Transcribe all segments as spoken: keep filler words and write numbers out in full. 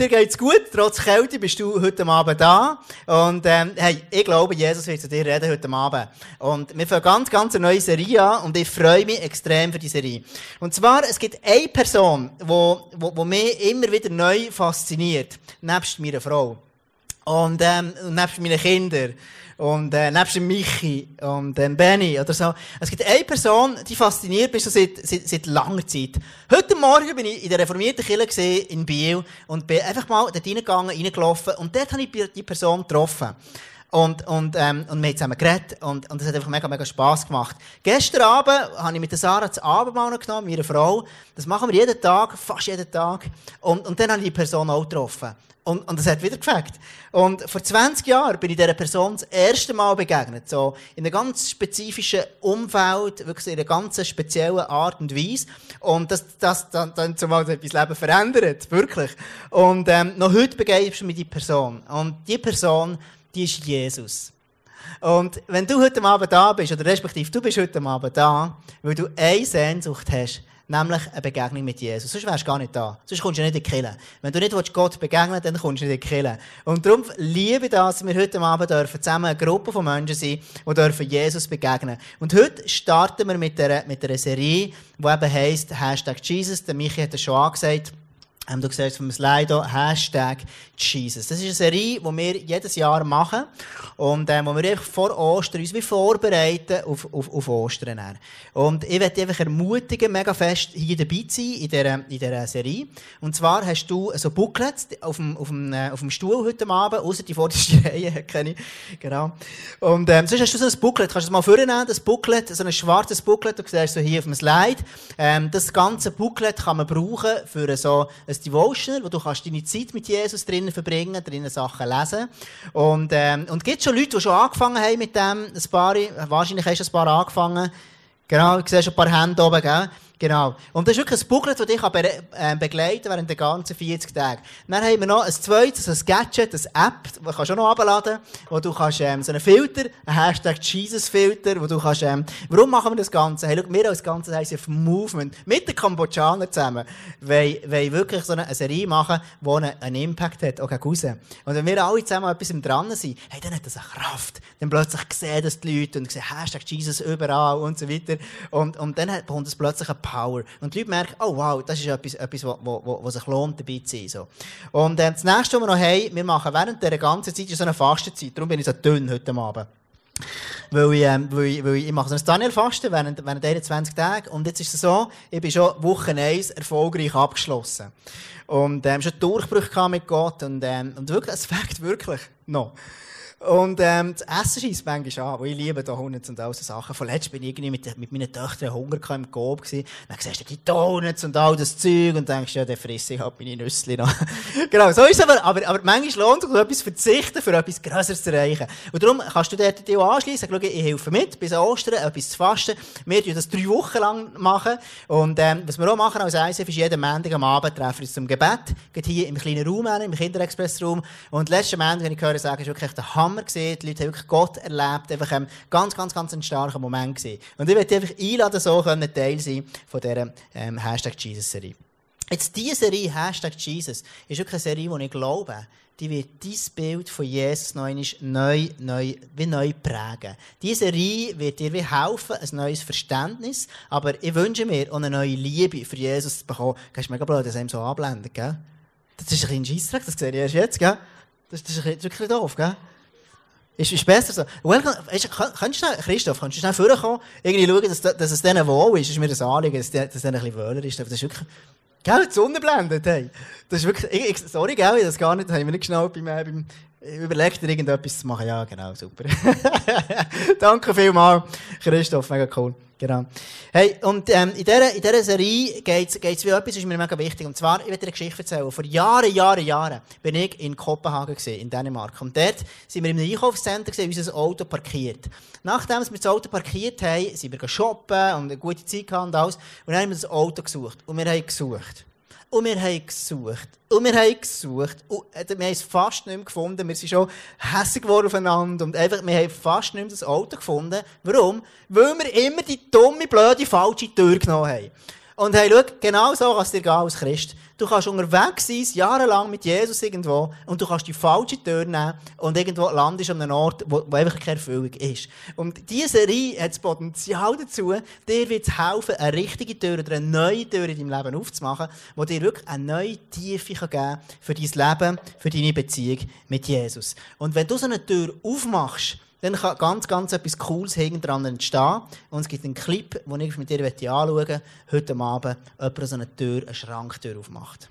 dir geht's gut. Trotz Kälte bist du heute Abend da. Und ähm, hey, ich glaube, Jesus wird zu dir reden heute Abend. Und wir fangen ganz, ganz eine neue Serie an und ich freue mich extrem für die Serie. Und zwar, es gibt eine Person, die wo, wo, wo mich immer wieder neu fasziniert, nebst meiner Frau. Und ähm, nebst meinen Kindern. Und äh, nebst dem Michi und dem Benny oder so. Es gibt eine Person, die fasziniert mich schon seit, seit, seit langer Zeit. Heute Morgen bin ich in der reformierten Kirche gesehen in Biel und bin einfach mal dort reingegangen, reingelaufen und dort habe ich die Person getroffen. Und, und, ähm, und wir haben zusammen geredet und, und es hat einfach mega, mega Spass gemacht. Gestern Abend habe ich mit der Sarah das Abendmahl genommen, meiner Frau. Das machen wir jeden Tag, fast jeden Tag. Und, und dann habe ich die Person auch getroffen. Und, und das hat wieder gefällt. Und vor zwanzig Jahren bin ich dieser Person das erste Mal begegnet. So, in einem ganz spezifischen Umfeld, wirklich in einer ganz speziellen Art und Weise. Und das, das, dann, dann zumal mein Leben verändert. Wirklich. Und, ähm, noch heute begegnest du mit dieser Person. Und die Person, die ist Jesus. Und wenn du heute Abend da bist, oder respektive du bist heute Abend da, weil du eine Sehnsucht hast, nämlich eine Begegnung mit Jesus. Sonst wärst du gar nicht da. Sonst kommst du nicht in die Kirche. Wenn du nicht Gott begegnen willst, dann kommst du nicht in die Kirche. Und darum liebe ich das, dass wir heute Abend dürfen zusammen eine Gruppe von Menschen sein, die dürfen Jesus begegnen. Und heute starten wir mit einer, mit einer Serie, die eben heisst Hashtag Jesus. Der Michi hat das schon angesagt. Ähm, du siehst vom Slide hier, Hashtag Jesus. Das ist eine Serie, die wir jedes Jahr machen und ähm, wo wir einfach vor Ostern uns wie vorbereiten auf, auf, auf Ostern. Dann. Und ich möchte einfach ermutigen, mega fest hier dabei zu sein in dieser, in dieser Serie. Und zwar hast du so Booklets auf dem, auf dem, äh, auf dem Stuhl heute Abend, außer die vorderste Reihe, kenne ich. Genau. Und ähm, sonst hast du so ein Booklet, kannst du das mal vornehmen, das Booklet, so ein schwarzes Booklet, du siehst so hier auf dem Slide. Ähm, das ganze Booklet kann man brauchen für so ein Devotional, wo du kannst deine Zeit mit Jesus drinnen verbringen, drinnen Sachen lesen. Und, ähm, und es gibt schon Leute, die schon angefangen haben mit dem, ein paar, wahrscheinlich hast du ein paar angefangen. Genau, du siehst ein paar Hände oben, gell? Genau. Und das ist wirklich ein Booklet, das dich be- begleiten während der ganzen vierzig Tage. Dann haben wir noch ein zweites, ein Gadget, eine App, die kannst du auch noch herunterladen, wo du kannst, ähm, so einen Filter, einen Hashtag Jesus-Filter, wo du kannst, ähm, warum machen wir das Ganze? Hey, schau, wir als Ganzes heissen auf Movement, mit den Kambodschanern zusammen, wollen, wollen wirklich so eine, eine Serie machen, die einen, einen Impact hat, auch gegen raus. Und wenn wir alle zusammen etwas im dran sind, hey, dann hat das eine Kraft. Dann plötzlich sehen das die Leute und sehen Hashtag Jesus überall und so weiter. Und, und dann bekommt es plötzlich eine Power. Und die Leute merken, oh wow, das ist etwas, etwas wo, wo, wo sich lohnt, dabei zu sein. So. Und äh, das nächste, was wir noch haben, wir machen während dieser ganzen Zeit so eine Fastenzeit. Darum bin ich so dünn heute Abend. Weil ich, ähm, weil ich, weil ich, ich mache so ein Daniel-Fasten während, während einundzwanzig Tagen. Und jetzt ist es so, ich bin schon Woche eins erfolgreich abgeschlossen. Und ähm, schon Durchbruch mit Gott. Und, ähm, und wirklich, es fängt wirklich noch. Und ähm, das Essen scheisst manchmal an, weil ich liebe Donuts und all so Sachen. Vorletzt bin ich irgendwie mit, mit meinen Töchtern Hunger im Coop gewesen. Dann siehst du die Donuts und all das Zeug und denkst, ja, der frisse ich halt meine Nüssli noch. Genau, so ist es aber, aber, aber manchmal lohnt es sich, etwas verzichten, für etwas Grösseres zu erreichen. Und darum kannst du dort dich auch anschliessen, schau, ich helfe mit, bis Ostern, etwas zu fasten. Wir tun das drei Wochen lang machen. Und ähm, was wir auch machen als I C F ist jeden Montag am Abend treffen wir uns zum Gebet. Geht hier im kleinen Raum, im Kinderexpress-Raum. Und letzten Montag, wenn ich höre, sagen, ist wirklich der Hammer gesehen, die Leute haben wirklich Gott erlebt, einfach ein ganz, ganz, ganz ein starker Moment gewesen. Und ich möchte einfach einladen, so können Teil sein von dieser ähm, Hashtag Jesus-Serie. Jetzt diese Serie, Hashtag Jesus, ist wirklich eine Serie, die ich glaube, die wird dein Bild von Jesus noch einmal neu, neu, wie neu prägen. Diese Serie wird dir wie helfen, ein neues Verständnis, aber ich wünsche mir auch eine neue Liebe für Jesus zu bekommen. Das ist mega blöd, dass er ihm so anblendet, gell? Das ist ein bisschen Scheissdreck, das sehe ich erst jetzt, gell? Das, das ist wirklich doof, gell? Ist, ist besser so. Welcome, weißt, kannst du schnell, Christoph, kannst du schnell vorkommen? Irgendwie schauen, dass, dass es denen wohl ist. Das ist mir das Anliegen, dass es denen ein bisschen wohler ist. Das ist wirklich, gell, die Sonne blendet, hey. Das ist wirklich, ich, ich, sorry, gell, ich das gar nicht, habe ich mir nicht geschnallt beim, äh, beim, überlegt dir irgendetwas zu machen. Ja, genau, super. Danke vielmals, Christoph, mega cool. Genau. Hey, und ähm, in dieser, in dieser Serie geht es wie etwas, ist mir mega wichtig. Und zwar, ich will dir eine Geschichte erzählen. Vor Jahren, Jahren, Jahren bin ich in Kopenhagen gewesen, in Dänemark. Und dort sind wir in einem Einkaufscenter gewesen, unser Auto parkiert. Nachdem wir das Auto parkiert haben, sind wir shoppen und eine gute Zeit gehabt und alles. Und dann haben wir das Auto gesucht. Und wir haben gesucht. Und wir haben gesucht. Und wir haben gesucht. Und wir haben es fast nicht mehr gefunden. Wir sind schon hässlich geworden aufeinander. Und einfach, wir haben fast nicht mehr das Auto gefunden. Warum? Weil wir immer die dumme, blöde, falsche Tür genommen haben. Und hey, schau, genau so kann es dir gehen als Christ. Du kannst unterwegs sein, jahrelang mit Jesus irgendwo, und du kannst die falsche Tür nehmen und irgendwo landest an einem Ort, wo, wo einfach keine Erfüllung ist. Und diese Serie hat das Potenzial dazu, dir wird es helfen, eine richtige Tür oder eine neue Tür in deinem Leben aufzumachen, die dir wirklich eine neue Tiefe geben kann für dein Leben, für deine Beziehung mit Jesus. Und wenn du so eine Tür aufmachst, dann kann ganz, ganz etwas Cooles hinten dran entstehen. Und es gibt einen Clip, den ich mit dir anschauen möchte, heute Abend, jemand so eine Tür, eine Schranktür aufmacht.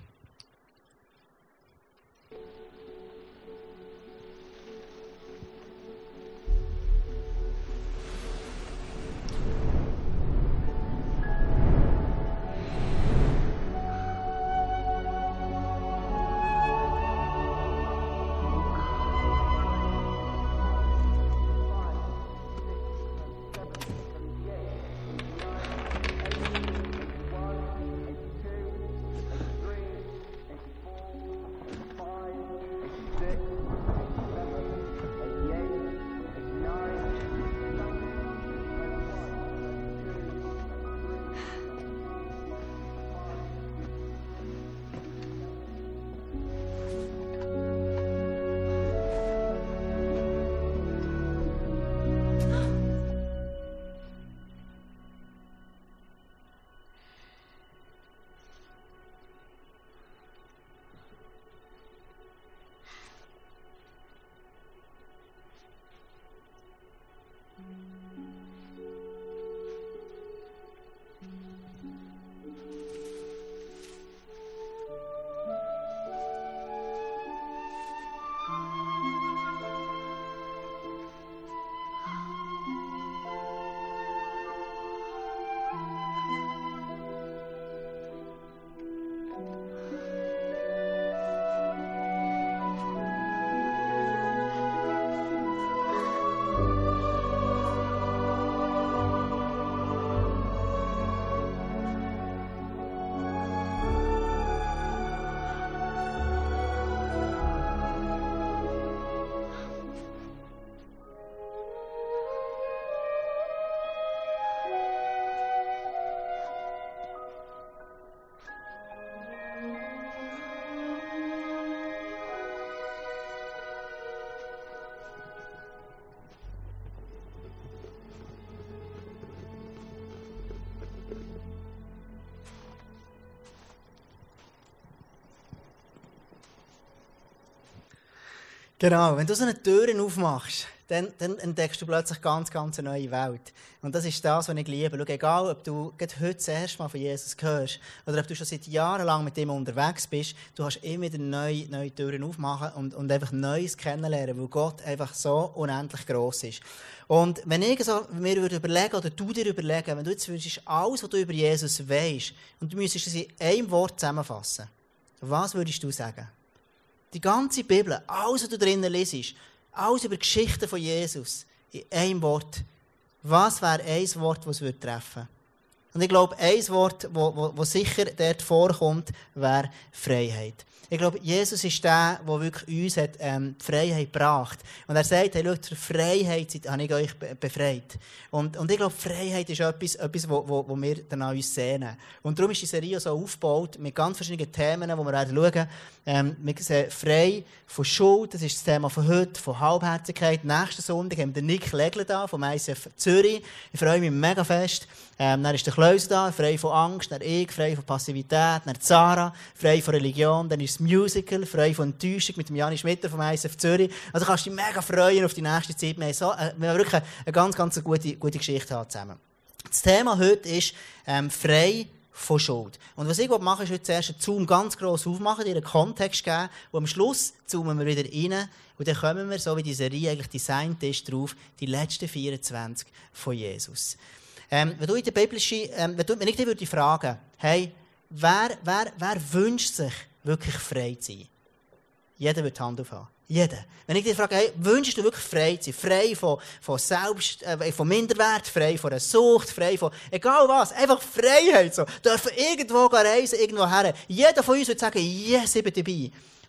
Genau, wenn du so eine Tür aufmachst, dann, dann entdeckst du plötzlich ganz, ganz eine neue Welt. Und das ist das, was ich liebe. Schau, egal, ob du gerade heute das erste Mal von Jesus hörst oder ob du schon seit Jahren lang mit ihm unterwegs bist, du kannst immer wieder neue, neue Türen aufmachen und, und einfach Neues kennenlernen, weil Gott einfach so unendlich gross ist. Und wenn ich so, mir würde überlegen, oder du dir überlegen, wenn du jetzt wünschst, alles, was du über Jesus weisst, und du müsstest es in einem Wort zusammenfassen, was würdest du sagen? Die ganze Bibel, alles, was du drinnen liest, alles über die Geschichte von Jesus, in einem Wort. Was wäre ein Wort, das es treffen würde? Und ich glaube, ein Wort, das sicher dort vorkommt, wäre Freiheit. Ich glaube, Jesus ist der, der wirklich uns hat, ähm, die Freiheit gebracht. Und er sagt, hey, schaut, zur Freiheit habe ich euch befreit. Und, und ich glaube, Freiheit ist etwas, etwas wo, wo, wo wir dann an uns sehen. Und darum ist die Serie so aufgebaut, mit ganz verschiedenen Themen, die wir werden schauen. Ähm, wir sind frei von Schuld, das ist das Thema von heute, von Halbherzigkeit. Nächsten Sonntag haben wir den Nick Legler da, vom I C F Zürich. Ich freue mich mega fest. Ähm, dann ist der Kleus da, frei von Angst, dann ich, frei von Passivität, dann Zara, frei von Religion, dann ist das Musical, frei von Enttäuschung mit dem Jani Schmitter vom I C F Zürich. Also kannst du dich mega freuen auf die nächste Zeit. Wir haben, so, äh, wir haben wirklich eine, eine ganz, ganz gute, gute Geschichte haben zusammen. Das Thema heute ist ähm, frei von Schuld. Und was ich machen will, ist heute zuerst einen Zoom ganz gross aufmachen, dir einen Kontext geben, und am Schluss zoomen wir wieder rein und dann kommen wir, so wie die Serie eigentlich designt ist, drauf, die letzten vierundzwanzig von Jesus. Ähm, wenn du in der biblischen, ähm, wenn, du, wenn ich dich würde fragen, hey, wer, wer, wer wünscht sich wirklich frei zu sein? Jeder wird die Hand aufhaben. Jeder. Wenn ich dich frage, hey, wünschst du wirklich frei zu sein? Frei von, von Selbst, äh, von Minderwert, frei von einer Sucht, frei von, egal was, einfach Freiheit. So. Dürfen irgendwo reisen, irgendwo her. Jeder von uns würde sagen, yes, ich bin dabei.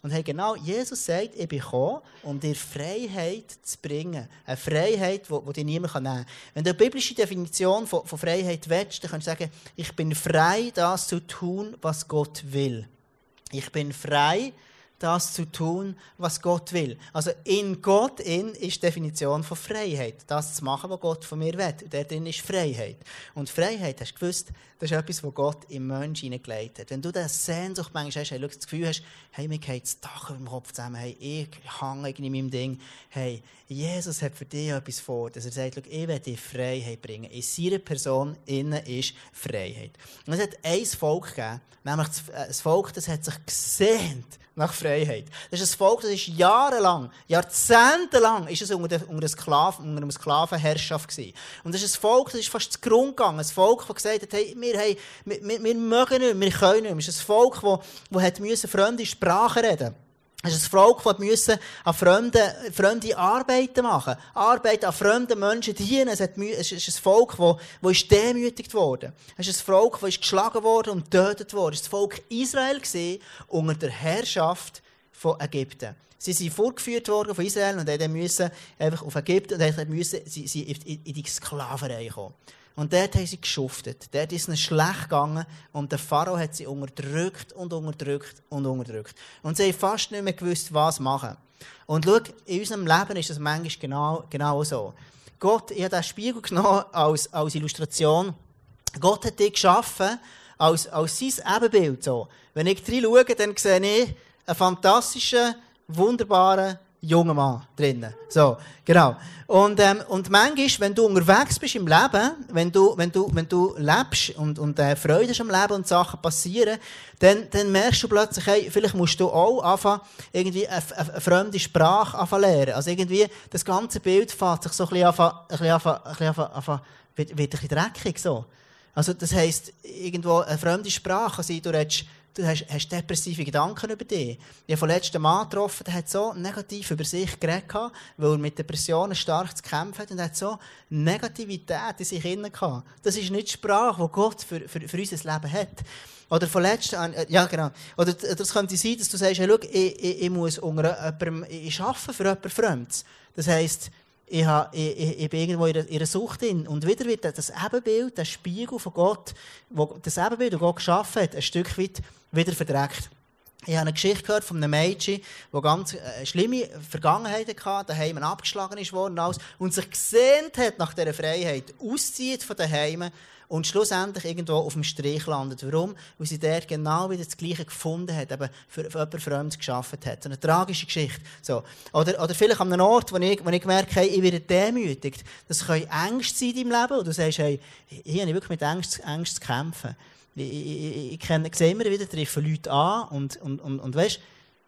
Und hey, genau, Jesus sagt, ich bin gekommen, um dir Freiheit zu bringen. Eine Freiheit, die, die dir niemand nehmen kann. Wenn du eine biblische Definition von, von Freiheit willst, dann kannst du sagen, ich bin frei, das zu tun, was Gott will. Ich bin frei, das zu tun, was Gott will. Also in Gott in ist die Definition von Freiheit. Das zu machen, was Gott von mir will. Und dort drin ist Freiheit. Und Freiheit, hast du gewusst, das ist etwas, was Gott im Menschen hineingelegt hat. Wenn du diese Sehnsucht manchmal hast, hey, das Gefühl hast, hey, mir geht das Dach über dem Kopf zusammen, hey, ich hänge in meinem Ding, hey, Jesus hat für dich etwas vor, dass er sagt, schau, ich will dir Freiheit bringen. In seiner Person innen ist Freiheit. Und es hat ein Volk gegeben, nämlich das Volk, das hat sich gesehnt nach Freiheit. Das ist ein Volk, das ist jahrelang, jahrzehntelang ist es unter, der, unter, Sklaven, unter einer Sklavenherrschaft gewesen. Und das ist ein Volk, das ist fast zu Grund gegangen. Ein Volk, das gesagt hat, hey, wir, hey, wir, wir, wir mögen nicht, wir können nicht. Es ist ein Volk, das, das hat müssen fremde Sprachen reden. Es ist ein Volk, das müssen an fremde, fremde Arbeiten machen musste. Arbeiten an fremden Menschen dienen. Es, hat, es ist ein Volk, das, das ist demütigt wurde. Es ist ein Volk, das ist geschlagen wurde und getötet wurde. Es war das Volk Israel gewesen, unter der Herrschaft von Ägypten. Sie sind vorgeführt worden von Israel und dann müssen einfach auf Ägypten und dann müssen sie, sie in die Sklaverei kommen. Und dort haben sie geschuftet. Dort ist es ihnen schlecht gegangen und der Pharao hat sie unterdrückt und unterdrückt und unterdrückt. Und sie haben fast nicht mehr gewusst, was machen. Und schau, in unserem Leben ist das manchmal genau, genau so. Gott, ich habe diesen Spiegel genommen als, als Illustration. Gott hat dich geschaffen als, als sein Ebenbild. So. Wenn ich drin schaue, dann sehe ich einen fantastischen, wunderbaren jungen Mann drinnen. So, genau. Und, ähm, und manchmal, wenn du unterwegs bist im Leben, wenn du, wenn du, wenn du lebst und, und äh, Freude hast am Leben und Sachen passieren, dann, dann merkst du plötzlich, hey, vielleicht musst du auch anfangen, irgendwie eine, eine, eine fremde Sprache anfangen lernen. Also irgendwie, das ganze Bild fängt sich so ein bisschen anfangen, ein bisschen anfangen, ein bisschen anfangen, anfangen, wird, wird ein bisschen dreckig, so. Also, das heisst, irgendwo eine fremde Sprache, also du redest, du hast, hast depressive Gedanken über dich. Ich habe von letztem Mann getroffen, der hat so negativ über sich geredet, weil er mit Depressionen stark zu kämpfen hat und hat so Negativität in sich hinein gehabt. Das ist nicht die Sprache, die Gott für, für, für unser Leben hat. Oder von letztem, ja genau. Oder das könnte sein, dass du sagst, hey, schau, ich, ich, ich muss unter jemandem, ich arbeite für jemanden Fremdes. Das heisst, Ich, habe, ich, ich bin irgendwo in einer, in einer Sucht drin. Und wieder wird das Ebenbild, das Spiegel von Gott, wo das Ebenbild, das Gott geschaffen hat, ein Stück weit wieder verdreckt. Ich habe eine Geschichte gehört von einem Mädchen, das ganz äh, schlimme Vergangenheiten hatte, daheim abgeschlagen ist worden und alles, und sich gesehnt hat nach dieser Freiheit, auszieht von daheim und schlussendlich irgendwo auf dem Strich landet. Warum? Weil sie dort genau wieder das Gleiche gefunden hat, eben für, für jemanden Fremdes geschaffen hat. So eine tragische Geschichte. So. Oder, oder vielleicht an einem Ort, wo ich, wo ich gemerkt habe, hey, ich werde demütigt. Das können Ängste sein in deinem Leben, und du sagst, hey, hier habe ich wirklich mit Ängsten, Ängsten zu kämpfen. Ich, ich, ich kenne, ich sehe immer wieder, treffe Leute an und, und, und, und weißt,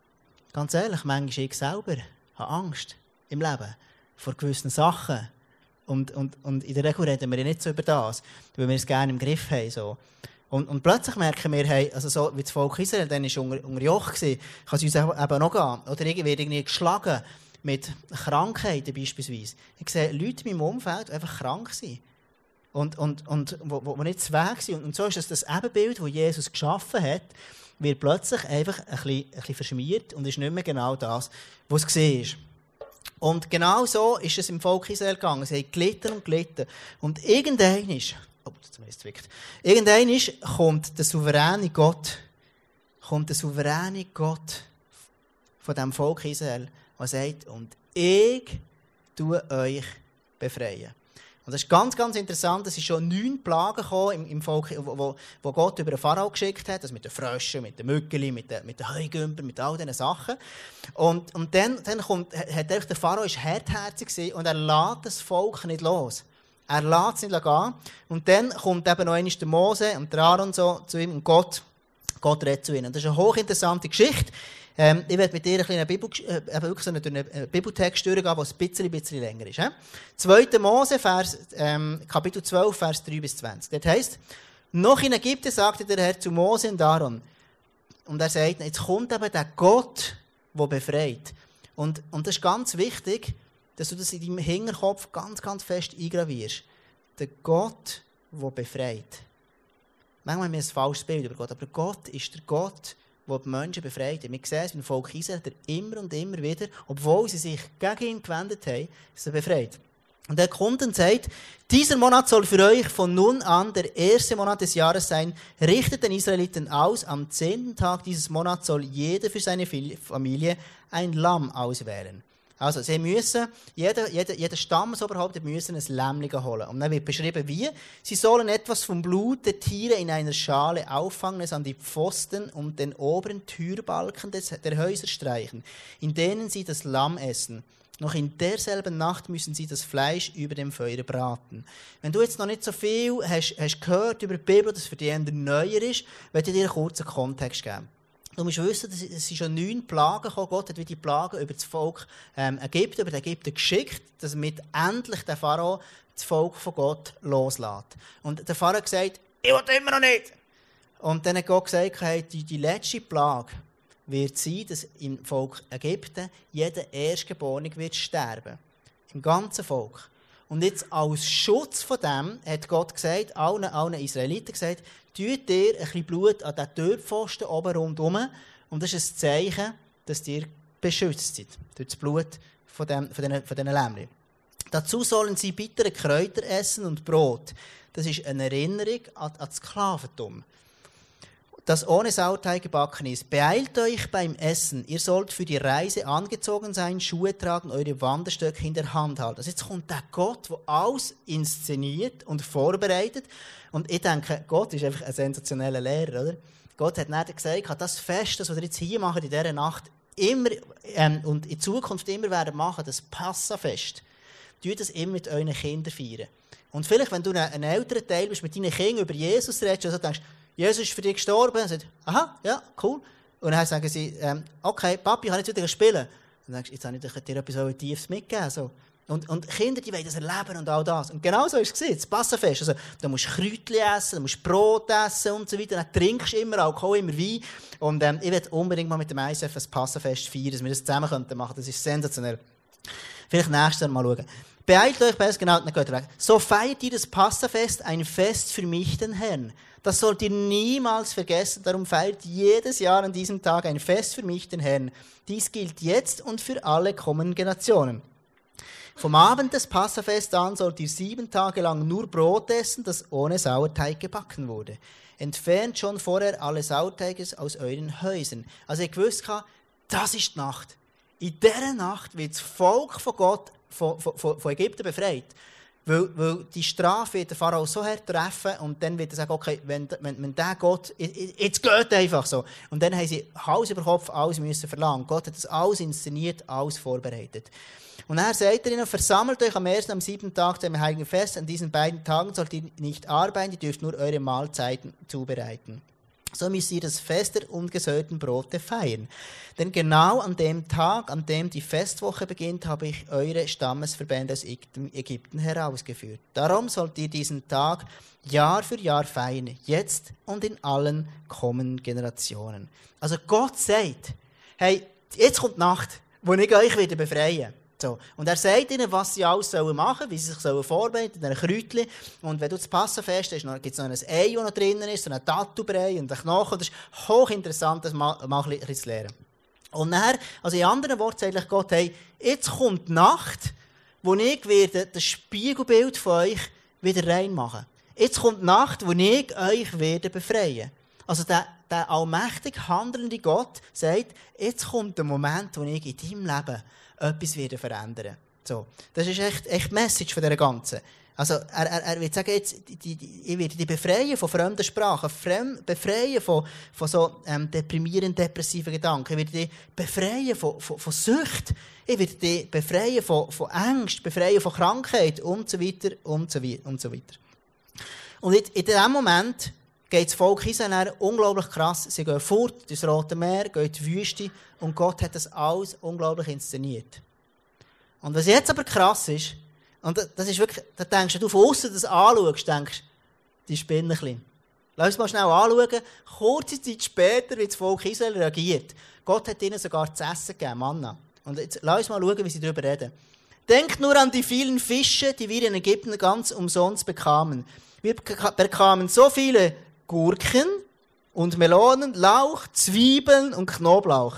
ganz ehrlich, manchmal ich selber habe Angst im Leben vor gewissen Sachen. Und, und, und in der Regel reden wir ja nicht so über das, weil wir es gerne im Griff haben. So. Und, und plötzlich merken wir, hey, also so wie das Volk Israel, dann war unter, unter Joch, kann es uns eben noch gehen. Oder irgendwie wird irgendwie geschlagen mit Krankheiten beispielsweise. Ich sehe Leute in meinem Umfeld, die einfach krank sind. Und, und, und wo, wo nicht zu Weg sind. Und, und so ist es das Ebenbild, das Jesus geschaffen hat, wird plötzlich einfach ein bisschen, ein bisschen verschmiert und ist nicht mehr genau das, was es war. Und genau so ist es im Volk Israel gegangen. Sie haben gelitten und gelitten. Und irgendwann ist, oh, das zwickt. Irgendwann ist, kommt der souveräne Gott, kommt der souveräne Gott von dem Volk Israel, der sagt, und ich tue euch befreien. Und das ist ganz, ganz interessant. Es sind schon neun Plagen gekommen im, im Volk, wo, wo Gott über den Pharao geschickt hat. Also mit den Fröschen, mit den Mückeli, mit den, mit den Heugümpern, mit all diesen Sachen. Und, und dann, dann kommt, hat der Pharao ist hartherzig und er lässt das Volk nicht los. Er lässt es nicht gehen. Und dann kommt eben noch einmal der Mose und der Aaron so zu ihm und Gott, Gott redet zu ihnen. Und das ist eine hochinteressante Geschichte. Ähm, ich werde mit dir ein kleinen Bibel, äh, wirklich so einen, einen Bibeltext durchgehen, der ein bisschen, bisschen länger ist. He? zweiter Mose, Vers, ähm, Kapitel zwölf, Vers drei bis zwanzig. Dort heisst, noch in Ägypten sagte der Herr zu Mose und Aaron. Und er sagt, jetzt kommt eben der Gott, der befreit. Und, und das ist ganz wichtig, dass du das in deinem Hinterkopf ganz, ganz fest eingravierst. Der Gott, der befreit. Manchmal haben wir ein falsches Bild über Gott, aber Gott ist der Gott, der die Menschen befreit hat. Wir sehen es beim Volk Israel immer und immer wieder, obwohl sie sich gegen ihn gewendet haben, ist er befreit. Und er kommt und sagt, dieser Monat soll für euch von nun an der erste Monat des Jahres sein. Richtet den Israeliten aus, am zehnten Tag dieses Monats soll jeder für seine Familie ein Lamm auswählen. Also, sie müssen, jeder, jeder, jeder Stammesoberhaupt müssen ein Lämmchen holen. Und dann wird beschrieben, wie. Sie sollen etwas vom Blut der Tiere in einer Schale auffangen, es an die Pfosten und den oberen Türbalken des, der Häuser streichen, in denen sie das Lamm essen. Noch in derselben Nacht müssen sie das Fleisch über dem Feuer braten. Wenn du jetzt noch nicht so viel hast, hast gehört über die Bibel, dass für dich eher neuer ist, werde ich dir einen kurzen Kontext geben. Du musst wissen, es sind schon neun Plagen gekommen. Gott hat die Plagen über das Volk ähm, Ägypten, über Ägypten geschickt, damit endlich der Pharao das Volk von Gott loslässt. Und der Pharao hat gesagt, ich will immer noch nicht. Und dann hat Gott gesagt, hey, die, die letzte Plage wird sein, dass im Volk Ägypten jeder Erstgeborene wird sterben. Im ganzen Volk. Und jetzt als Schutz von dem hat Gott gesagt, allen, allen Israeliten gesagt, tut dir ein bisschen Blut an den Türpfosten oben rundherum. Und das ist ein Zeichen, dass ihr beschützt seid. Durch das Blut von, dem, von diesen, von diesen Lämmchen. Dazu sollen sie bittere Kräuter essen und Brot. Das ist eine Erinnerung an, an das Sklaventum, das ohne Sauerteig gebacken ist. Beeilt euch beim Essen. Ihr sollt für die Reise angezogen sein, Schuhe tragen, eure Wanderstöcke in der Hand halten. Also jetzt kommt der Gott, der alles inszeniert und vorbereitet. Und ich denke, Gott ist einfach ein sensationeller Lehrer, oder? Gott hat nicht gesagt, das Fest, das wir jetzt hier machen, in dieser Nacht, immer ähm, und in Zukunft immer werden machen, das Passafest. Tut das immer mit euren Kindern feiern. Und vielleicht, wenn du ein, ein älterer Teil bist, mit deinen Kindern über Jesus redest, also denkst, Jesus ist für dich gestorben. Und sagt, aha, ja, cool. Und dann sagen sie, ähm, okay, Papi, ich kann jetzt wieder spielen. Und dann denkst du, jetzt habe ich dir etwas Tiefes mitgegeben. So. Und, und Kinder, die wollen das erleben und all das. Und genau so ist es das Passafest. Also, du musst Kräutchen essen, du musst Brot essen und so weiter. Dann trinkst du immer Alkohol, immer Wein. Und ähm, ich will unbedingt mal mit dem I S F ein Passafest feiern, dass wir das zusammen machen könnten. Das ist sensationell. Vielleicht nächstes Jahr mal schauen. Beeilt euch besser, genau, dann geht ihr weg. So feiert ihr das Passafest, ein Fest für mich, den Herrn. Das sollt ihr niemals vergessen, darum feiert jedes Jahr an diesem Tag ein Fest für mich, den Herrn. Dies gilt jetzt und für alle kommenden Generationen. Vom Abend des Passafests an sollt ihr sieben Tage lang nur Brot essen, das ohne Sauerteig gebacken wurde. Entfernt schon vorher alle Sauerteiges aus euren Häusern. Also ich wusste, das ist die Nacht. In dieser Nacht wird das Volk von Gott, von, von, von Ägypten befreit. Weil, weil die Strafe wird der Pharao so hart treffen und dann wird er sagen, okay, wenn, wenn, wenn der Gott, jetzt geht einfach so. Und dann haben sie Hals über Kopf alles müssen verlangen. Gott hat das alles inszeniert, alles vorbereitet. Und dann sagt er ihnen, versammelt euch am ersten und am siebten Tag zu einem heiligen Fest. An diesen beiden Tagen sollt ihr nicht arbeiten, ihr dürft nur eure Mahlzeiten zubereiten. So müsst ihr das Fest der ungesäuerten Brote feiern. Denn genau an dem Tag, an dem die Festwoche beginnt, habe ich eure Stammesverbände aus Ägypten herausgeführt. Darum sollt ihr diesen Tag Jahr für Jahr feiern, jetzt und in allen kommenden Generationen. Also Gott sagt, hey, jetzt kommt die Nacht, wo ich euch wieder befreien. So. Und er sagt ihnen, was sie alles machen sollen, wie sie sich vorbereiten sollen, in einem Kräutchen. Und wenn du das Passafest hast, gibt es noch ein Ei, das noch drinnen ist, so ein Tattoo-Brei und ein Knochen. Das ist hochinteressant, das mal, mal ein bisschen zu lernen. Und dann, also in anderen Worten sagt eigentlich Gott, hey, jetzt kommt die Nacht, wo ich werde das Spiegelbild von euch wieder reinmachen. Jetzt kommt die Nacht, wo ich euch werde befreien. Also der, der allmächtig handelnde Gott sagt, jetzt kommt der Moment, wo ich in deinem Leben etwas wieder verändern. So. Das ist echt, echt die Message von dieser Ganzen. Also, er, er, er wird sagen, jetzt, die, die, ich werde dich befreien von fremden Sprachen, fremd, befreien von, von so ähm, deprimierenden, depressiven Gedanken. Ich werde dich befreien von, von, von Sucht. Ich werde dich befreien von, von Angst, befreien von Krankheit und so weiter und so weiter. Und, so weiter. Und in, in diesem Moment geht das Volk Israel unglaublich krass. Sie gehen fort durchs Rote Meer, gehen in die Wüste und Gott hat das alles unglaublich inszeniert. Und was jetzt aber krass ist, und das ist wirklich, da denkst du, du von außen das anschaust, denkst die spinnen ein bisschen. Lass uns mal schnell anschauen, kurze Zeit später, wie das Volk Israel reagiert. Gott hat ihnen sogar zu essen gegeben, Manna. Und jetzt lass uns mal schauen, wie sie darüber reden. Denkt nur an die vielen Fische, die wir in Ägypten ganz umsonst bekamen. Wir bekamen so viele Gurken, und Melonen, Lauch, Zwiebeln und Knoblauch,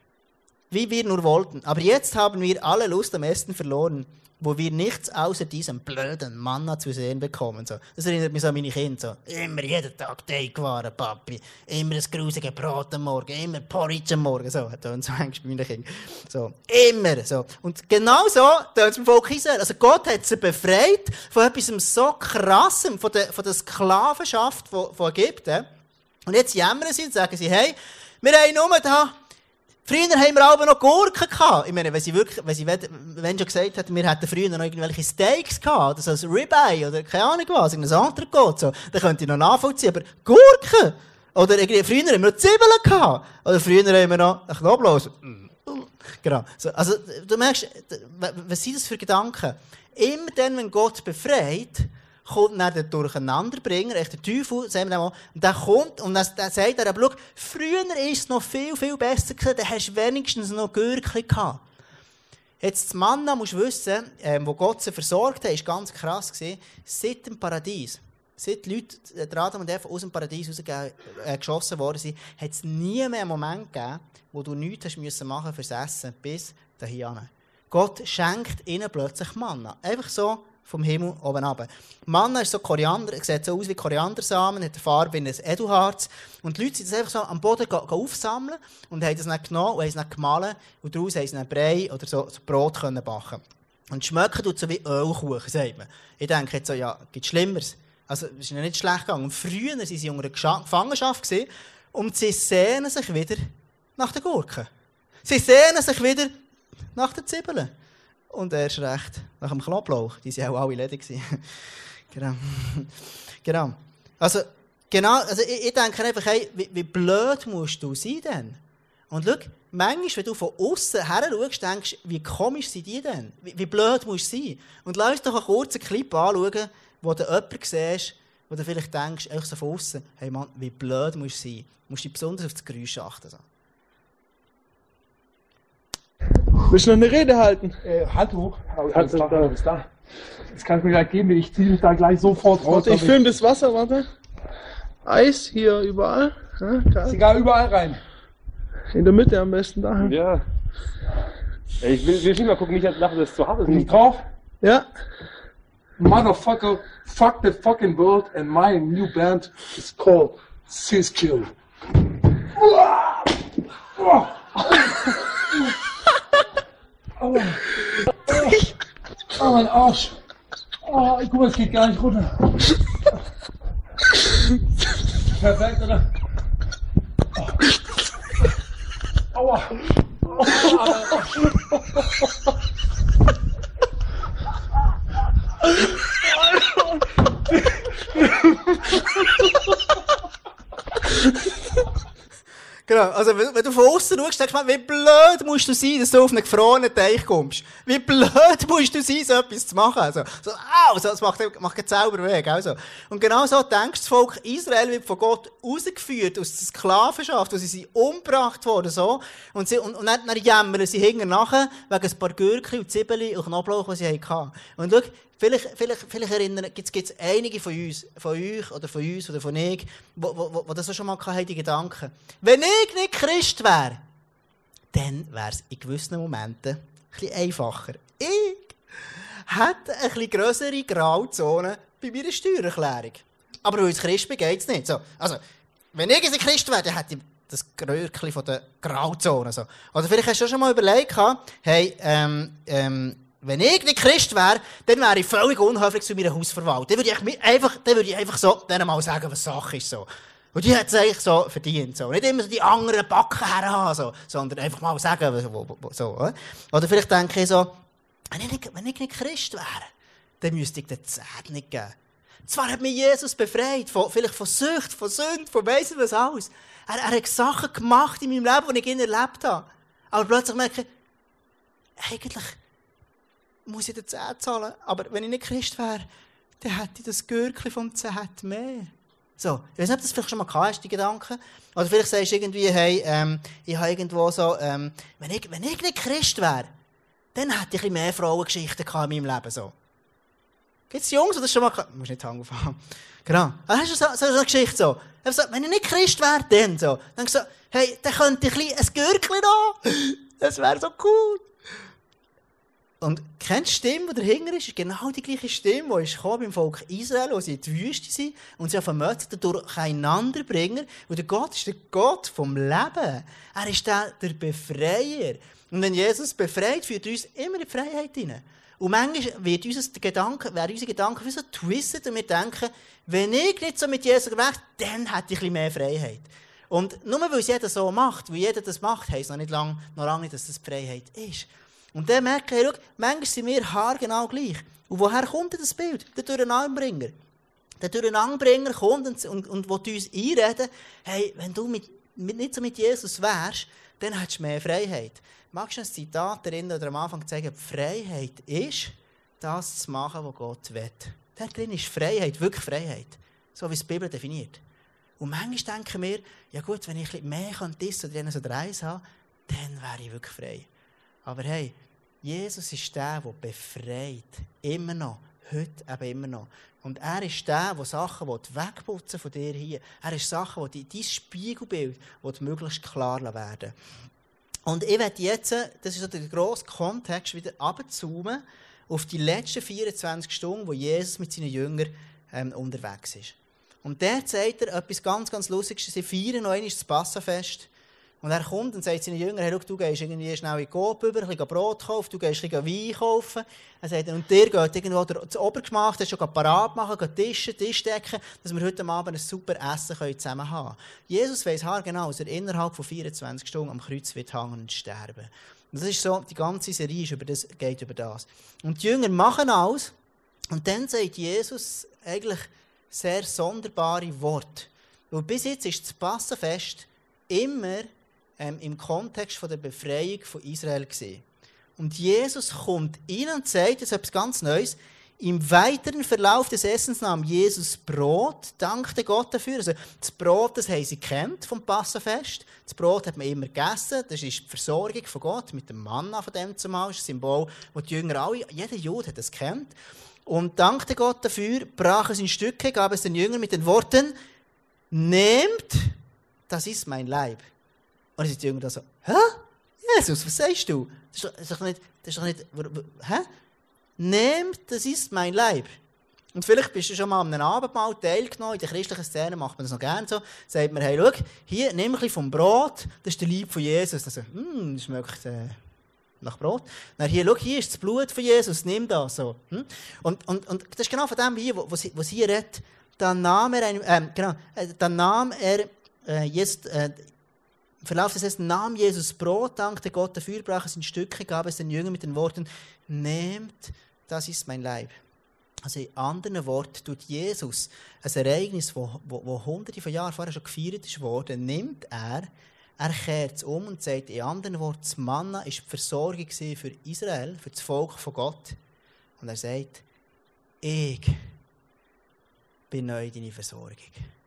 wie wir nur wollten. Aber jetzt haben wir alle Lust am Essen verloren, wo wir nichts außer diesem blöden Manna zu sehen bekommen. So. Das erinnert mich so an meine Kinder. So. Immer jeden Tag Teigwaren, Papi. Immer das grusige Brot am Morgen. Immer Porridge am Morgen. So, das so eigentlich bei meinen Kindern. So. Immer. So. Und genau so tun es beim Volk Israel. Also Gott hat sie befreit von etwas so Krassem, von der, von der Sklavenschaft von, von Ägypten. Und jetzt jammern sie und sagen sie, hey, wir haben nur da... Früher haben wir aber noch Gurken gehabt. Ich meine, wenn sie wirklich, wenn sie wenn schon gesagt hätten, wir hätten früher noch irgendwelche Steaks gehabt, oder so ein Ribeye, oder keine Ahnung was, irgendein anderes geht, so, dann könnte ich noch nachvollziehen. Aber Gurken! Oder irgendwie, früher haben wir noch Zwiebeln gehabt. Oder früher haben wir noch Knoblauch. Genau. So, also, du merkst, was sind das für Gedanken? Immer dann, wenn Gott befreit, kommt dann der Durcheinanderbringer, echt der Teufel, sagen wir mal, und der kommt und dann, dann sagt er, schau, früher war es noch viel, viel besser gewesen, dann hast du wenigstens noch Gürkchen gehabt. Jetzt, das Manna, musst du wissen, ähm, wo Gott sie versorgt hat, war ganz krass gewesen, seit dem Paradies. Seit die Leute, der Adam und Eva aus dem Paradies rausgeschossen worden sind, hat es nie mehr einen Moment gegeben, wo du nichts hast machen fürs Essen, bis dahin. Gott schenkt ihnen plötzlich Manna. Einfach so, vom Himmel oben runter. Manna ist so Koriander, sieht so aus wie Koriandersamen, hat eine Farbe wie ein Edelharz. Und die Leute sind das einfach so am Boden aufsammeln und haben das dann genommen und haben es dann gemahlen und daraus haben sie einen Brei oder so, so Brot können backen. Und schmecken tut so wie Ölkuchen, sagt man. Ich denke jetzt so, ja, gibt es Schlimmeres. Also, es ist ja nicht schlecht gegangen. Und früher waren sie unter einer Gefangenschaft gewesen, und sie sehnen sich wieder nach den Gurken. Sie sehnen sich wieder nach den Zwiebeln. Und erst recht nach dem Knoblauch. Die waren auch alle ledig. Genau. Genau. Also, genau, also ich, ich denke einfach, hey, wie, wie blöd musst du sein denn? Und schau, manchmal, wenn du von außen her schaust, denkst du, wie komisch sind die denn? Wie, wie blöd musst du sein? Und lass uns doch einen kurzen Clip anschauen, wo du jemanden siehst, wo du vielleicht denkst, einfach so von außen, hey Mann, wie blöd musst du sein? Du musst dich besonders auf das Geräusch achten. So. Willst du noch eine Rede halten? Äh, halt hoch. Halt da. Da. da. Das kannst du mir gleich geben, ich ziehe mich da gleich sofort raus. Warte, ich filme das Wasser, warte. Eis hier überall. Ja, ist egal, überall rein. In der Mitte am besten da. Ja. Ich will, will nicht mal gucken, nicht nachher, dass es zu hart ist. Bin ich drauf? Ja. Motherfucker, fuck the fucking world and my new band is called Siskill. Aua. Oh, mein Arsch. Oh, guck mal, es geht gar nicht runter. Perfekt, oder? Oh. Aua. Genau, also wenn, wenn du von außen schaust, denkst du, wie blöd musst du sein, dass du auf einen gefrorenen Teich kommst. Wie blöd musst du sein, so etwas zu machen. Also, so, au, so, das macht, macht jetzt selber weg. Also. Und genau so denkst du, das Volk Israel wird von Gott rausgeführt aus der Sklavenschaft, wo sie sind umgebracht worden. So. Und, sie, und, und dann, dann jammern sie hinten nachher wegen ein paar Gürkchen und Zwiebeln und Knoblauch, die sie hatten. Und schau, Vielleicht, vielleicht, vielleicht erinnern, gibt es einige von uns, von euch oder von uns oder von ich, wo, wo, wo das auch schon mal hatten, die Gedanken. Wenn ich nicht Christ wäre, dann wäre es in gewissen Momenten ein bisschen einfacher. Ich hätte eine etwas grössere Grauzone bei meiner Steuererklärung. Aber weil ich Christ bin, geht es nicht. So, also, wenn ich ein Christ wäre, dann hätte ich das Gröckchen von der Grauzone. So. Oder vielleicht hast du schon mal überlegt, hey, ähm, ähm, wenn ich nicht Christ wäre, dann wäre ich völlig unhöflich zu meiner Hausverwaltung. Dann würde ich einfach, dann würde ich einfach so denen mal sagen, was Sache ist. So. Und die hat es eigentlich so verdient. So. Nicht immer so die anderen Backen herhaben, so, sondern einfach mal sagen, was, wo, wo, so. Oder vielleicht denke ich so, wenn ich nicht, wenn ich nicht Christ wäre, dann müsste ich den Zehnt nicht geben. Zwar hat mich Jesus befreit, von, vielleicht von Sucht, von Sünde, von weiss ich was alles. Er, er hat Sachen gemacht in meinem Leben, die ich ihn erlebt habe. Aber plötzlich merke ich, eigentlich muss ich den Zehnt zahlen. Aber wenn ich nicht Christ wäre, dann hätte ich das Gürkchen vom Zehnt mehr. So, ich weiß nicht, ob das vielleicht schon mal hast, die Gedanken. Oder vielleicht sagst du irgendwie, hey, ähm, ich habe irgendwo so, ähm, wenn ich, wenn ich nicht Christ wäre, dann hätte ich ein bisschen mehr Frauengeschichten in meinem Leben. So. Gibt es Jungs, die das schon mal... Du musst nicht die Hand aufhaben. Genau. Aber hast du so, so eine Geschichte so? So, wenn ich nicht Christ wäre, dann so. Dann so, hey, dann könnte ich ein Gürkchen da. Das wäre so cool. Und kennst du die Stimme, die dahinter ist? Ist genau die gleiche Stimme, die ist beim Volk Israel, wo sie in die Wüste sind und sie auf den Möten durcheinander bringen. Und der Gott ist der Gott vom Leben. Er ist der, der Befreier. Und wenn Jesus befreit, führt uns immer in die Freiheit hinein. Und manchmal wird unser Gedanke, werden unsere Gedanken wie so twisted und wir denken, wenn ich nicht so mit Jesus weg, dann hätte ich ein bisschen mehr Freiheit. Und nur weil es jeder so macht, weil jeder das macht, heisst noch nicht lange, noch lange nicht, dass das Freiheit ist. Und dann merke ich, hey, schau, manchmal sind wir haargenau gleich. Und woher kommt denn das Bild? Der Durcheinanderbringer. Der Durcheinanderbringer kommt und, und, und will uns einreden, hey, wenn du mit, mit, nicht so mit Jesus wärst, dann hättest du mehr Freiheit. Magst du ein Zitat erinnern oder am Anfang sagen, Freiheit ist, das zu machen, was Gott will. Da drin ist Freiheit, wirklich Freiheit. So wie es die Bibel definiert. Und manchmal denken wir, ja gut, wenn ich ein bisschen mehr das oder jenes oder eins habe, dann wäre ich wirklich frei. Aber hey, Jesus ist der, der befreit. Immer noch. Heute eben immer noch. Und er ist der, der Sachen wegputzen von dir hier. Er ist Sachen, die dein Spiegelbild möglichst klar werden. Und ich werde jetzt, das ist so der grosse Kontext, wieder runterzoomen auf die letzten vierundzwanzig Stunden, wo Jesus mit seinen Jüngern ähm, unterwegs ist. Und der sagt er etwas ganz, ganz Lustiges. Sie feiern noch einmal das Passafest. Und er kommt und sagt seinen Jüngern, hey, schau, du gehst irgendwie schnell in die Coop über, ein bisschen Brot kaufen, du gehst ein bisschen Wein kaufen. Er sagt, und dir geht irgendwo das Obergemach, das schon parat machen, Tischen, Tisch decken, dass wir heute Abend ein super Essen zusammen haben können. Jesus weiss haargenau, dass er innerhalb von vierundzwanzig Stunden am Kreuz wird hängen und sterben. Und das ist so, die ganze Serie ist über das, geht über das. Und die Jünger machen alles. Und dann sagt Jesus eigentlich sehr sonderbare Worte. Weil bis jetzt ist das Passafest immer ähm, im Kontext von der Befreiung von Israel gewesen. Und Jesus kommt rein und sagt, das ist etwas ganz Neues, im weiteren Verlauf des Essens nahm Jesus Brot, dankte Gott dafür. Also das Brot, das haben sie kennt vom Passafest. Das Brot hat man immer gegessen. Das ist die Versorgung von Gott mit dem Manna von dem zumal. Das ist ein Symbol, das die Jünger alle, jeder Jude hat das kennt. Und dankte Gott dafür, brach es in Stücke, gab es den Jüngern mit den Worten, nehmt, das ist mein Leib. Und dann sind die Jünger da so, hä? Jesus, was sagst du? Das ist doch, das ist doch nicht, das ist doch nicht, hä? Nehmt, das ist mein Leib. Und vielleicht bist du schon mal an einem Abendmahl teilgenommen. In der christlichen Szene macht man das noch gerne so. Sagt man, hey, schau, hier, nimm ein bisschen vom Brot, das ist der Leib von Jesus. Also, hm, das schmeckt äh, nach Brot. Dann hier, schau, hier ist das Blut von Jesus, nimm das so. Hm? Und, und, und das ist genau von dem hier, wo, wo, sie, wo sie hier redet. Dann nahm er, ein, äh, genau, äh, dann nahm er, äh, jetzt, äh, im Verlauf des Essens nahm Jesus Brot, dankte Gott dafür, brach es in Stücke, gab es den Jüngern mit den Worten, nehmt, das ist mein Leib. Also in anderen Worten tut Jesus ein Ereignis, das wo, wo, wo hunderte von Jahren vorher schon gefeiert ist worden, nimmt er, er kehrt es um und sagt in anderen Worten, das Manna war die Versorgung für Israel, für das Volk von Gott. Und er sagt, ich bin neu deine Versorgung.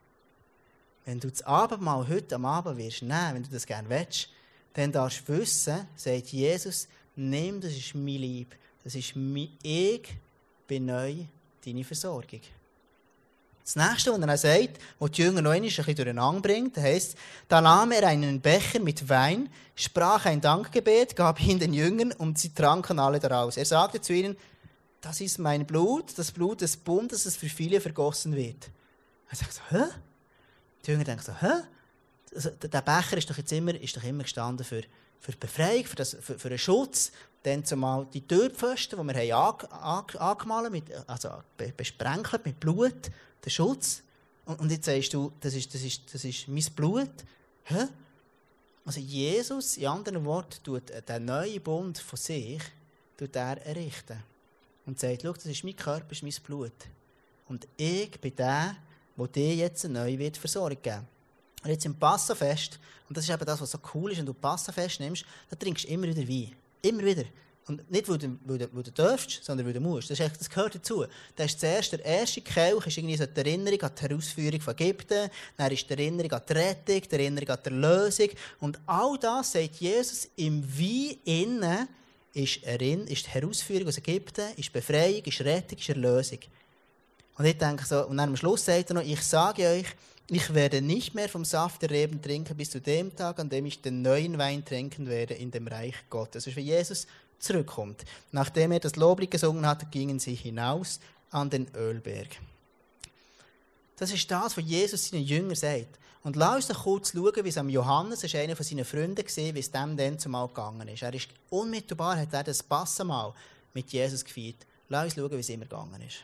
Wenn du das Abendmahl heute am Abend wirst nehmen, wenn du das gerne willst, dann darfst du wissen, sagt Jesus, nimm, das ist mein Leib, das ist mein, ich bin neu deine Versorgung. Das nächste, was er sagt, was die Jünger noch einmal ein bisschen durcheinander bringt, heisst, da nahm er einen Becher mit Wein, sprach ein Dankgebet, gab ihn den Jüngern und sie tranken alle daraus. Er sagte zu ihnen, das ist mein Blut, das Blut des Bundes, das für viele vergossen wird. Er sagt so, hä? Die Jünger denken so, hä? Also, der Becher ist doch jetzt immer, ist doch immer gestanden für, für die Befreiung, für, das, für, für den Schutz. Dann zumal die Türpfosten, die wir haben ange, ange, angemalt, mit, also besprenkelt mit Blut, der Schutz. Und, und jetzt sagst du, das ist, das ist, das ist mein Blut. Hä? Also Jesus, in anderen Worten, tut den neuen Bund von sich tut er errichten. Und sagt, schau, das ist mein Körper, das ist mein Blut. Und ich bin der, der dir jetzt eine neue Versorgung geben. Und jetzt im Passafest, und das ist eben das, was so cool ist, wenn du Passafest nimmst, dann trinkst du immer wieder Wein. Immer wieder. Und nicht, weil du, weil du, weil du darfst, sondern weil du musst. Das, ist echt, das gehört dazu. Das ist zuerst der erste Kelch, ist irgendwie so die Erinnerung an die Herausführung von Ägypten, dann ist die Erinnerung an die Rettung, die Erinnerung an die Erlösung. Und all das sagt Jesus im Wein innen, ist, Erin, ist die Herausführung aus Ägypten, ist Befreiung, ist Rettung, ist Erlösung. Und ich denke so, und dann am Schluss sagt er noch, ich sage euch, ich werde nicht mehr vom Saft der Reben trinken, bis zu dem Tag, an dem ich den neuen Wein trinken werde in dem Reich Gottes. Das ist, wie Jesus zurückkommt. Nachdem er das Loblied gesungen hat, gingen sie hinaus an den Ölberg. Das ist das, was Jesus seinen Jüngern sagt. Und lass uns noch kurz schauen, wie es am Johannes, das war einer von seinen Freunden, gesehen, wie es dem dann zumal gegangen ist. Er ist unmittelbar, hat er das Passamal mit Jesus gefeiert. Lass uns schauen, wie es immer gegangen ist.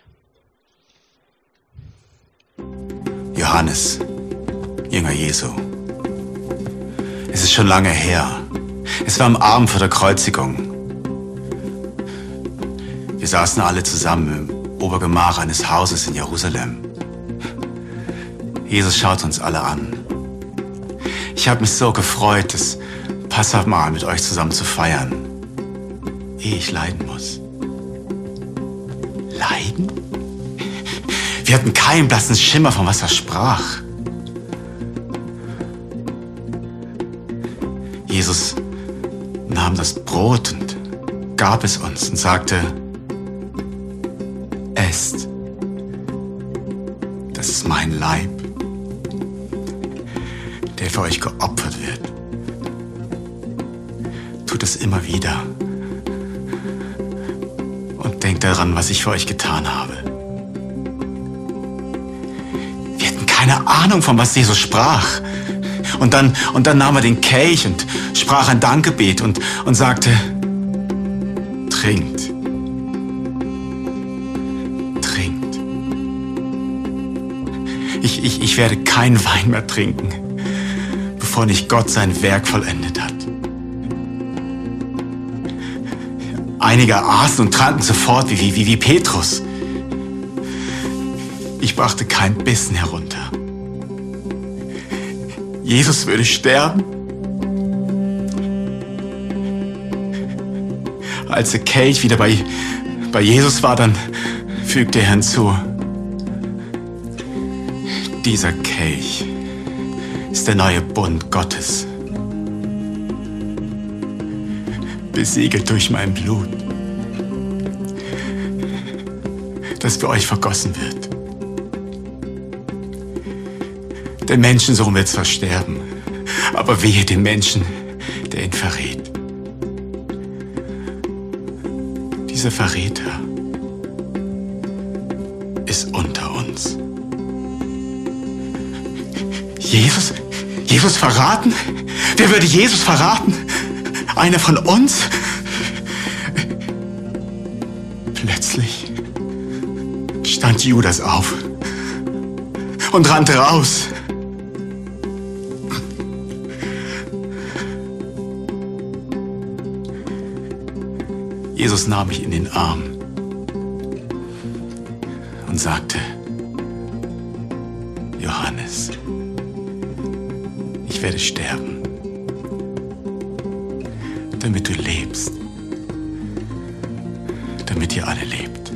Johannes, Jünger Jesu. Es ist schon lange her. Es war am Abend vor der Kreuzigung. Wir saßen alle zusammen im Obergemach eines Hauses in Jerusalem. Jesus schaut uns alle an. Ich habe mich so gefreut, das Passamal mit euch zusammen zu feiern, ehe ich leiden muss. Leiden? Wir hatten keinen blassen Schimmer, von was er sprach. Jesus nahm das Brot und gab es uns und sagte, esst, das ist mein Leib, der für euch geopfert wird. Tut es immer wieder und denkt daran, was ich für euch getan habe. Wir hatten keine Ahnung, von was Jesus sprach. Und dann, und dann nahm er den Kelch und sprach ein Dankgebet und, und sagte, trinkt. Trinkt. Ich, ich, ich werde keinen Wein mehr trinken, bevor nicht Gott sein Werk vollendet hat. Einige aßen und tranken sofort wie, wie, wie Petrus. Ich brachte keinen Bissen herunter. Jesus würde sterben. Als der Kelch wieder bei, bei Jesus war, dann fügte er hinzu, dieser Kelch ist der neue Bund Gottes, besiegelt durch mein Blut, das für euch vergossen wird. Der Menschensohn wird zwar sterben, aber wehe dem Menschen, der ihn verrät. Dieser Verräter ist unter uns. Jesus? Jesus verraten? Wer würde Jesus verraten? Einer von uns? Plötzlich stand Judas auf und rannte raus. Jesus nahm mich in den Arm und sagte, Johannes, ich werde sterben, damit du lebst, damit ihr alle lebt.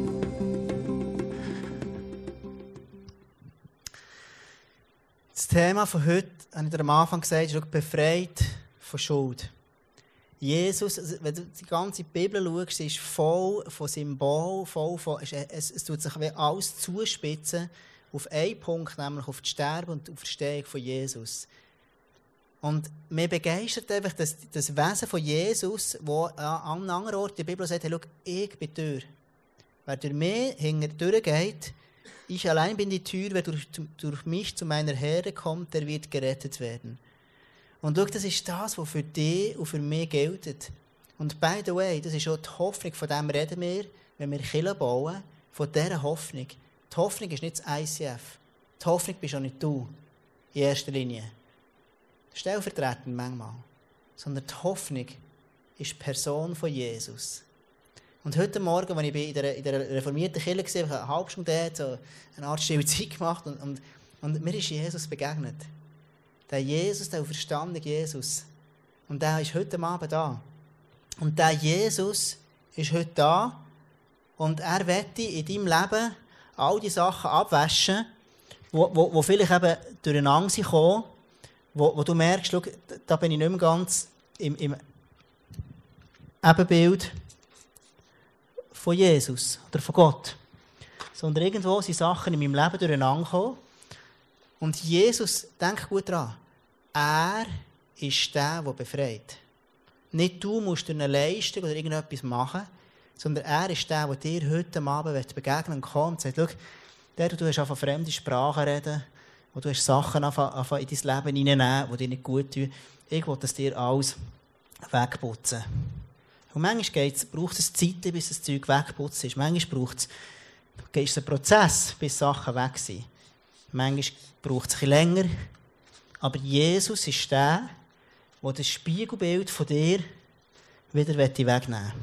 Das Thema von heute, habe ich dir am Anfang gesagt, ist befreit von Schuld. Jesus, wenn du die ganze Bibel schaust, sie ist voll von Symbolen, voll von, es, es, es tut sich alles zuspitzen auf einen Punkt, nämlich auf das Sterben und die Auferstehung von Jesus. Und mir begeistert einfach das, das Wesen von Jesus, wo an einem anderen Ort die Bibel sagt, hey, schau, ich bin die Tür. Wer durch mich hindurchgeht, ich allein bin die Tür, wer durch, durch mich zu meiner Herde kommt, der wird gerettet werden. Und schau, das ist das, was für dich und für mich gilt. Und by the way, das ist auch die Hoffnung, von dem reden wir, wenn wir Kirche bauen, von dieser Hoffnung. Die Hoffnung ist nicht das I C F. Die Hoffnung bist auch nicht du, in erster Linie. Stellvertretend manchmal. Sondern die Hoffnung ist die Person von Jesus. Und heute Morgen, als ich in der, in der reformierten Kirche war, habe ich eine halbe Stunde dort so eine Art stille Zeit gemacht und, und, und mir ist Jesus begegnet. Der Jesus, der auferstandene Jesus. Und der ist heute Abend da. Und der Jesus ist heute da und er möchte in deinem Leben all die Sachen abwaschen, wo, wo, wo vielleicht eben durcheinander sind gekommen, wo, wo du merkst, schau, da bin ich nicht mehr ganz im, im Ebenbild von Jesus oder von Gott. Sondern irgendwo sind Sachen in meinem Leben durcheinander gekommen. Und Jesus, denk gut dran, er ist der, der befreit. Nicht du musst durch eine Leistung oder irgendetwas machen, sondern er ist der, der dir heute Abend begegnen kommt und sagt, schau, der, du hast angefangen fremde Sprachen reden, wo du hast Sachen angefangen in dein Leben hineinnehmen, die dir nicht gut tun. Ich will das dir alles wegputzen. Und manchmal braucht es Zeit, bis das Zeug wegputzt ist. Manchmal braucht es ist ein Prozess, bis Sachen weg sind. Manchmal braucht es ein bisschen länger. Aber Jesus ist der, der das Spiegelbild von dir wieder wegnehmen will.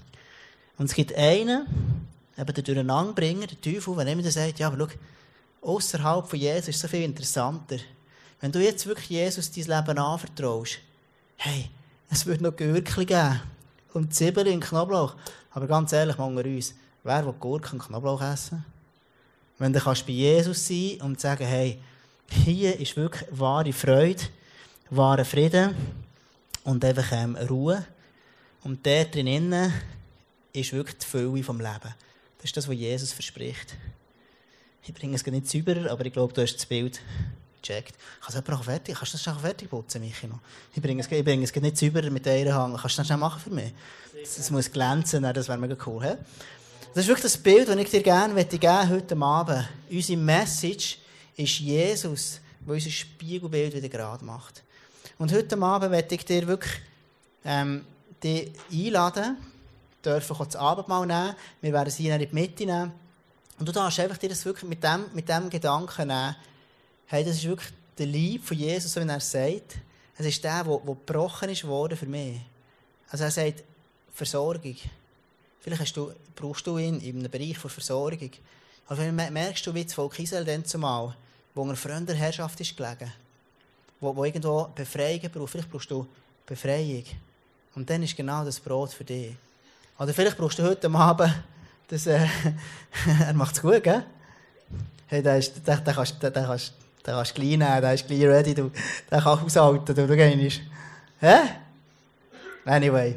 Und es gibt einen, eben den Durcheinanderbringer, den Teufel, wenn jemand sagt, ja, aber schau, ausserhalb von Jesus ist es so viel interessanter. Wenn du jetzt wirklich Jesus dein Leben anvertraust, hey, es wird noch Gürkchen geben und Zwiebeln und Knoblauch. Aber ganz ehrlich, mal unter uns, wer will Gurken und Knoblauch essen? Wenn du kannst bei Jesus sein und sagen, hey, hier ist wirklich wahre Freude, wahre Frieden und einfach ähm, Ruhe. Und dort drinnen ist wirklich die Fülle vom Leben. Das ist das, was Jesus verspricht. Ich bringe es nicht sauberer, aber ich glaube, du hast das Bild gecheckt. Kann es jemand fertig? Kannst du das schnell fertig putzen, Michi? Noch? Ich bringe es, ich bringe es nicht sauberer mit einer Hand. Kannst du das schnell machen für mich? Das, das muss glänzen, das wäre mega cool. He? Das ist wirklich das Bild, das ich dir gerne geben möchte heute Abend. Unsere Message ist Jesus, der unser Spiegelbild wieder gerade macht. Und heute Abend möchte ich dir wirklich ähm, dich einladen, dürfen das Abendmahl nehmen. Wir werden es hier in die Mitte nehmen. Und du darfst einfach dir das wirklich mit dem, mit dem Gedanken nehmen, hey, das ist wirklich der Leib von Jesus, so wie er sagt. Es ist der, der, der gebrochen ist worden für mich. Also er sagt, Versorgung. Vielleicht hast du, brauchst du ihn in einem Bereich von Versorgung. Aber vielleicht merkst du, wie das Volk Israel dann zumal, wo unter fremder Herrschaft ist gelegen, wo, wo irgendwo Befreiung braucht. Vielleicht brauchst du Befreiung. Und dann ist genau das Brot für dich. Oder vielleicht brauchst du heute Abend, das, äh, er macht es gut, gell? Hey, den, den, den kannst du kannst, kannst gleich nehmen, der ist gleich ready, du, den kannst du aushalten, du, du gehst. Hä? Anyway.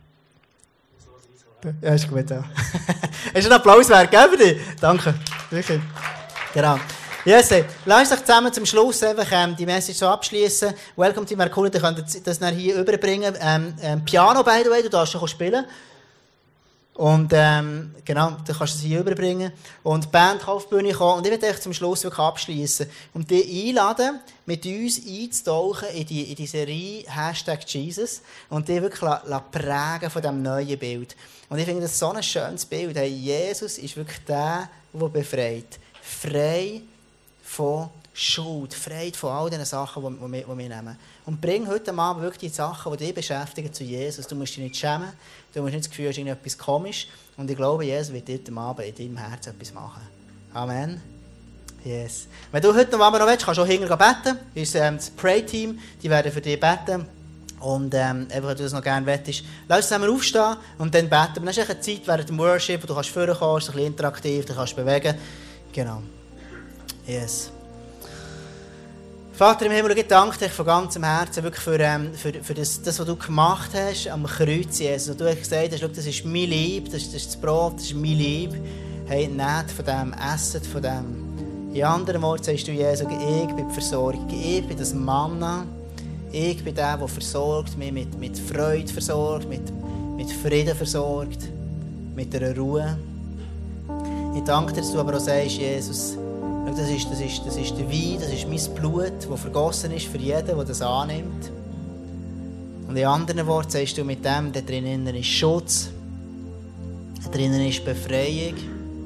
Ja, ist gut, ja. Hast du einen Applaus wert, gell, für dich? Danke. Wirklich. Genau. Yes, lass uns doch zusammen zum Schluss einfach ähm, die Message so abschließen. Welcome Team, wäre cool, ihr könnt das dann hier überbringen. Ähm, ähm, Piano, by the way, du darfst schon spielen. Und ähm, genau, du kannst es hier überbringen. Und die Band kann auf die Bühne kommen. Und ich werde euch zum Schluss wirklich abschließen und dich einladen, mit uns einzutauchen in die, in die Serie Hashtag Jesus und dich wirklich la, la prägen von diesem neuen Bild. Und ich finde das so ein schönes Bild. Hey, Jesus ist wirklich der, der befreit. Frei von Schuld, frei von all diesen Sachen, die, die, wir, die wir nehmen. Und bring heute Abend wirklich die Sachen, die dich beschäftigen, zu Jesus. Du musst dich nicht schämen, du musst nicht das Gefühl, es ist etwas komisch. Und ich glaube, Jesus wird heute Abend in deinem Herzen etwas machen. Amen. Yes. Wenn du heute Abend noch willst, kannst du auch hinten beten. Unser ähm, das Pray-Team, die werden für dich beten. Und ähm, einfach, wenn du das noch gerne möchtest, lass uns zusammen aufstehen und dann beten. Und dann ist eine Zeit während dem Worship, wo du kannst vorkommen, ist ein bisschen interaktiv, du kannst bewegen. Genau. Yes. Vater im Himmel, ich danke dir von ganzem Herzen wirklich für, ähm, für, für das, das, was du gemacht hast am Kreuz, Jesus. Und du hast gesagt hast, das ist mein Leib, das ist, das ist das Brot, das ist mein Leib. Hey, nehmt von dem, esset von dem. In anderen Worten sagst du, Jesus, ich bin die Versorgung, ich bin das Manna. Ich bin der, der versorgt, mich mit, mit Freude versorgt, mit, mit Frieden versorgt, mit einer Ruhe. Ich danke dir, dass du aber auch sagst, Jesus, das ist, das, ist, das ist der Wein, das ist mein Blut, das vergossen ist für jeden, der das annimmt. Und in anderen Worten sagst du, mit dem, da drinnen ist Schutz, da drinnen ist Befreiung.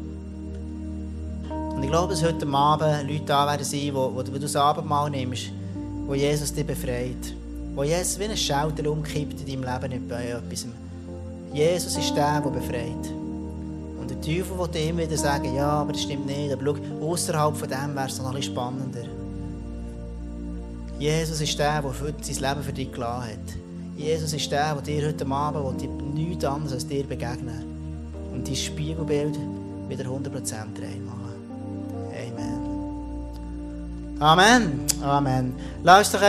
Und ich glaube, dass heute Abend Leute da werden sein, wo, wo du das Abendmahl nimmst, wo Jesus dich befreit. Wo Jesus wie ein Schalter umkippt in deinem Leben nicht bei etwas. Jesus ist der, der befreit. Und der Teufel will dir immer wieder sagen, ja, aber das stimmt nicht. Aber schau, außerhalb von dem wäre es noch ein bisschen spannender. Jesus ist der, der sein Leben für dich gelassen hat. Jesus ist der, der dir heute Abend will, nichts anderes als dir begegnen und dein Spiegelbild wieder hundert Prozent reinmachen. Amen. Amen. Amen. Lass uns doch